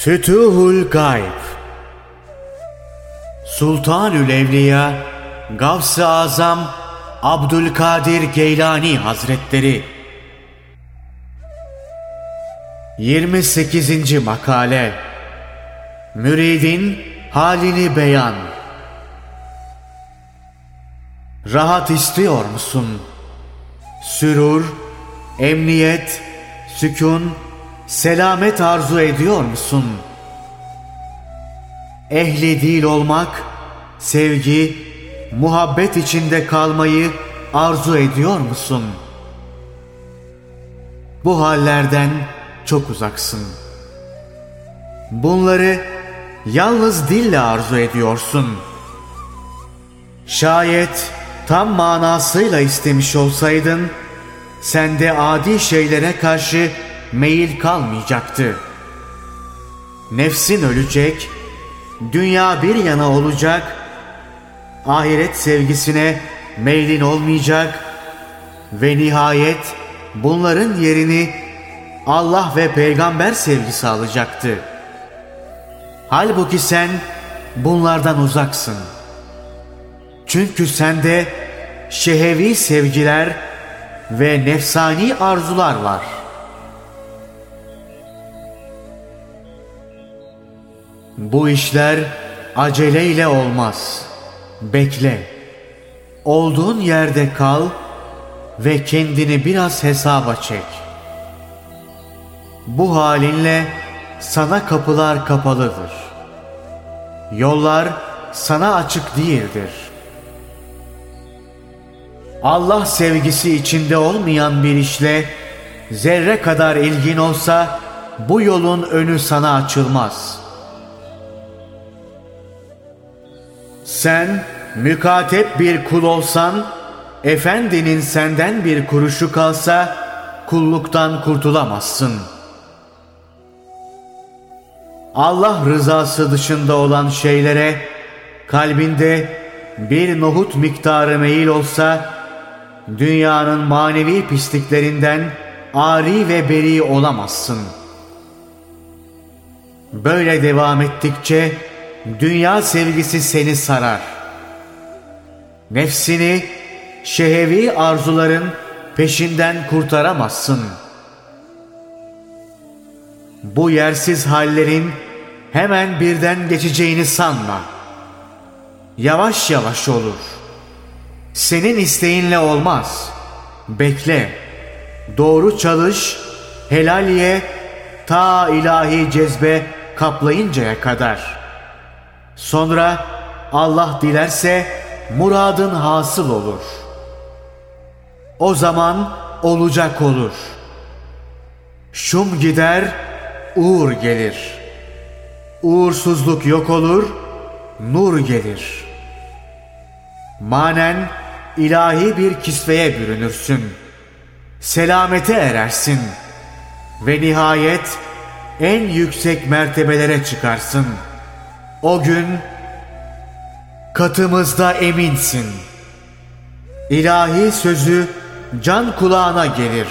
Fütuhul Gayb. Sultanül Evliya Gavs-ı Azam Abdülkadir Geylani Hazretleri. 28. makale. Müridin halini beyan. Rahat istiyor musun? Sürur, emniyet, sükun, selamet arzu ediyor musun? Ehli dil olmak, sevgi, muhabbet içinde kalmayı arzu ediyor musun? Bu hallerden çok uzaksın. Bunları yalnız dille arzu ediyorsun. Şayet tam manasıyla istemiş olsaydın, sende adi şeylere karşı meyil kalmayacaktı. Nefsin ölecek, dünya bir yana olacak, ahiret sevgisine meylin olmayacak ve nihayet bunların yerini Allah ve peygamber sevgisi alacaktı. Halbuki sen bunlardan uzaksın. Çünkü sende şehevi sevgiler ve nefsani arzular var. Bu işler aceleyle olmaz. Bekle. Olduğun yerde kal ve kendini biraz hesaba çek. Bu halinle sana kapılar kapalıdır. Yollar sana açık değildir. Allah sevgisi içinde olmayan bir işle zerre kadar ilgin olsa bu yolun önü sana açılmaz. Sen mükatep bir kul olsan, efendinin senden bir kuruşu kalsa kulluktan kurtulamazsın. Allah rızası dışında olan şeylere kalbinde bir nohut miktarı meyil olsa, dünyanın manevi pisliklerinden ari ve beri olamazsın. Böyle devam ettikçe dünya sevgisi seni sarar. Nefsini şehevi arzuların peşinden kurtaramazsın. Bu yersiz hallerin hemen birden geçeceğini sanma. Yavaş yavaş olur. Senin isteğinle olmaz. Bekle. Doğru çalış, helal ye, ta ilahi cezbe kaplayıncaya kadar. Sonra Allah dilerse muradın hasıl olur. O zaman olacak olur. Şum gider, uğur gelir. Uğursuzluk yok olur, nur gelir. Manen ilahi bir kisveye bürünürsün. Selamete erersin. Ve nihayet en yüksek mertebelere çıkarsın. O gün katımızda eminsin. İlahi sözü can kulağına gelir.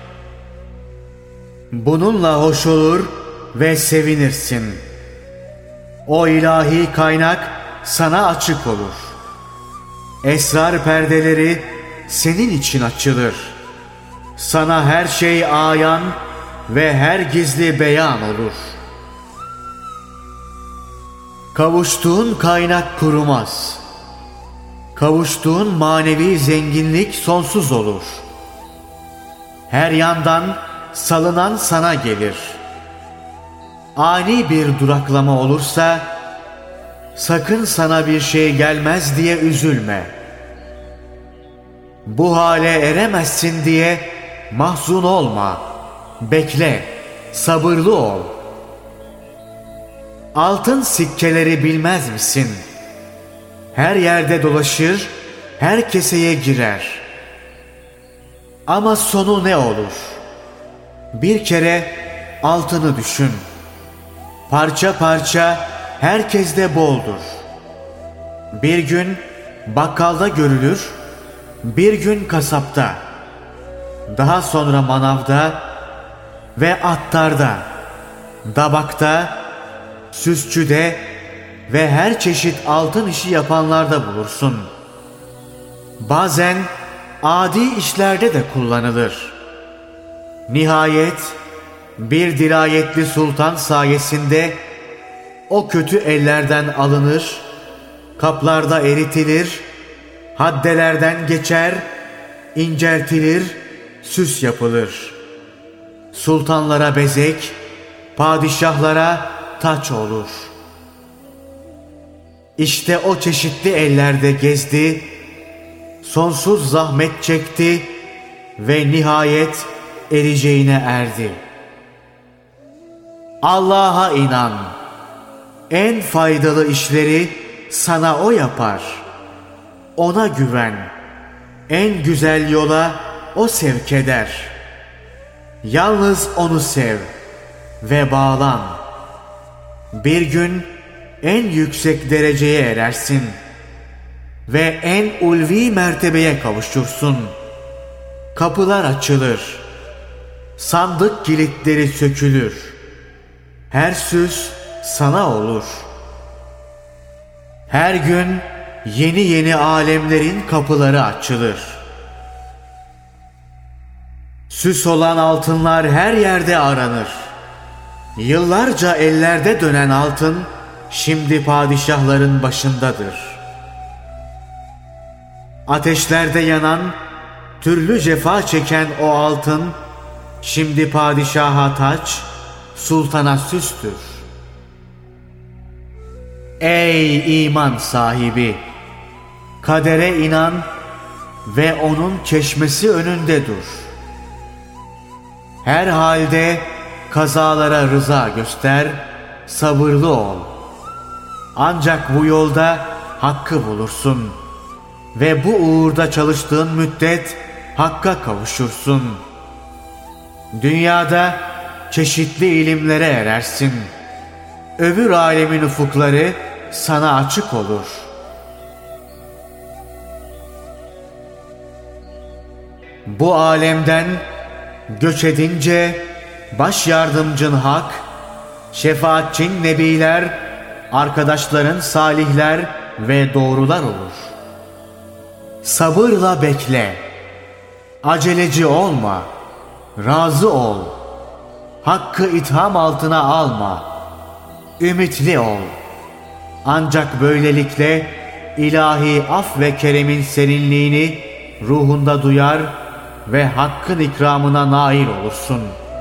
Bununla hoş olur ve sevinirsin. O ilahi kaynak sana açık olur. Esrar perdeleri senin için açılır. Sana her şey ayan ve her gizli beyan olur. Kavuştuğun kaynak kurumaz. Kavuştuğun manevi zenginlik sonsuz olur. Her yandan salınan sana gelir. Ani bir duraklama olursa sakın sana bir şey gelmez diye üzülme. Bu hale eremezsin diye mahzun olma. Bekle, sabırlı ol. Altın sikkeleri bilmez misin? Her yerde dolaşır, her keseye girer. Ama sonu ne olur? Bir kere altını düşün. Parça parça herkeste boldur. Bir gün bakkalda görülür, bir gün kasapta, daha sonra manavda ve attarda, dabakta süsçüde ve her çeşit altın işi yapanlarda bulursun. Bazen adi işlerde de kullanılır. Nihayet bir dirayetli sultan sayesinde o kötü ellerden alınır, kaplarda eritilir, haddelerden geçer, inceltilir, süs yapılır. Sultanlara bezek, padişahlara taç olur. İşte o çeşitli ellerde gezdi, sonsuz zahmet çekti ve nihayet ereceğine erdi. Allah'a inan. En faydalı işleri sana O yapar. Ona güven. En güzel yola O sevk eder. Yalnız O'nu sev ve bağlan. Bir gün en yüksek dereceye erersin ve en ulvi mertebeye kavuşursun. Kapılar açılır. Sandık kilitleri sökülür. Her süs sana olur. Her gün yeni yeni alemlerin kapıları açılır. Süs olan altınlar her yerde aranır. Yıllarca ellerde dönen altın şimdi padişahların başındadır. Ateşlerde yanan, türlü cefa çeken o altın şimdi padişaha taç, sultana süstür. Ey iman sahibi! Kadere inan ve onun çeşmesi önünde dur. Her halde kazalara rıza göster, sabırlı ol. Ancak bu yolda hakkı bulursun ve bu uğurda çalıştığın müddet hakka kavuşursun. Dünyada çeşitli ilimlere erersin. Öbür alemin ufukları sana açık olur. Bu alemden göç edince baş yardımcın hak, şefaatçin nebiler, arkadaşların salihler ve doğrular olur. Sabırla bekle. Aceleci olma. Razı ol. Hakkı itham altına alma. Ümitli ol. Ancak böylelikle ilahi af ve keremin serinliğini ruhunda duyar ve hakkın ikramına nail olursun.